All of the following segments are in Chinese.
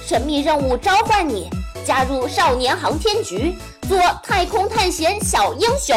神秘任务召唤你，加入少年航天局，做太空探险小英雄。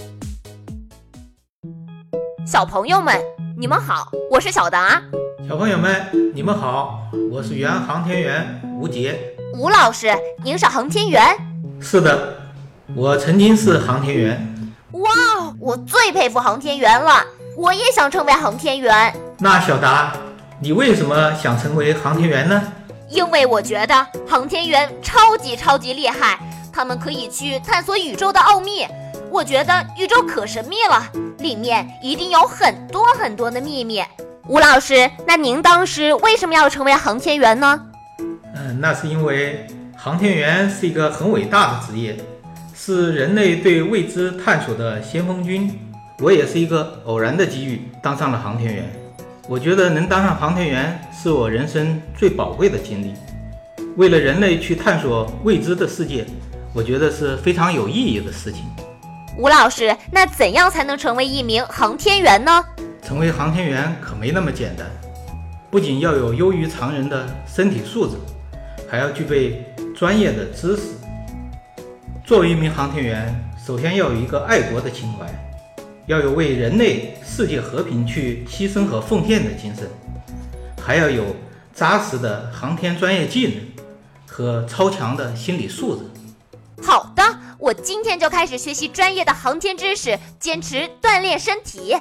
小朋友们，你们好，我是小达。 小朋友们，你们好，我是原航天员吴杰。 吴老师，您是航天员？ 是的，我曾经是航天员。 哇，我最佩服航天员了，我也想成为航天员。 那小达，你为什么想成为航天员呢？ 因为我觉得航天员超级厉害，他们可以去探索宇宙的奥秘。我觉得宇宙可神秘了，里面一定有很多的秘密。吴老师，那您当时为什么要成为航天员呢？ 那是因为航天员是一个很伟大的职业，是人类对未知探索的先锋军。我也是一个偶然的机遇当上了航天员。我觉得能当上航天员是我人生最宝贵的经历。为了人类去探索未知的世界，我觉得是非常有意义的事情。 吴老师，那怎样才能成为一名航天员呢？ 成为航天员可没那么简单，不仅要有优于常人的身体素质，还要具备专业的知识。作为一名航天员，首先要有一个爱国的情怀，要有为人类世界和平去牺牲和奉献的精神，还要有扎实的航天专业技能和超强的心理素质。 好的，我今天就开始学习专业的航天知识，坚持锻炼身体。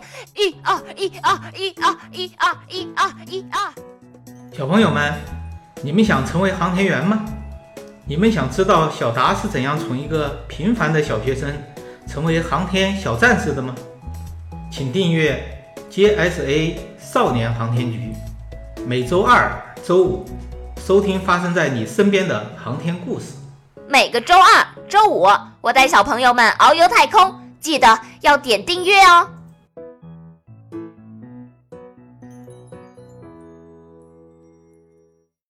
小朋友们，你们想成为航天员吗？你们想知道小达是怎样从一个平凡的小学生成为航天小战士的吗？请订阅 JSA 少年航天局，每周2、周5收听发生在你身边的航天故事。 每个周2、周5，我带小朋友们遨游太空，记得要点订阅哦。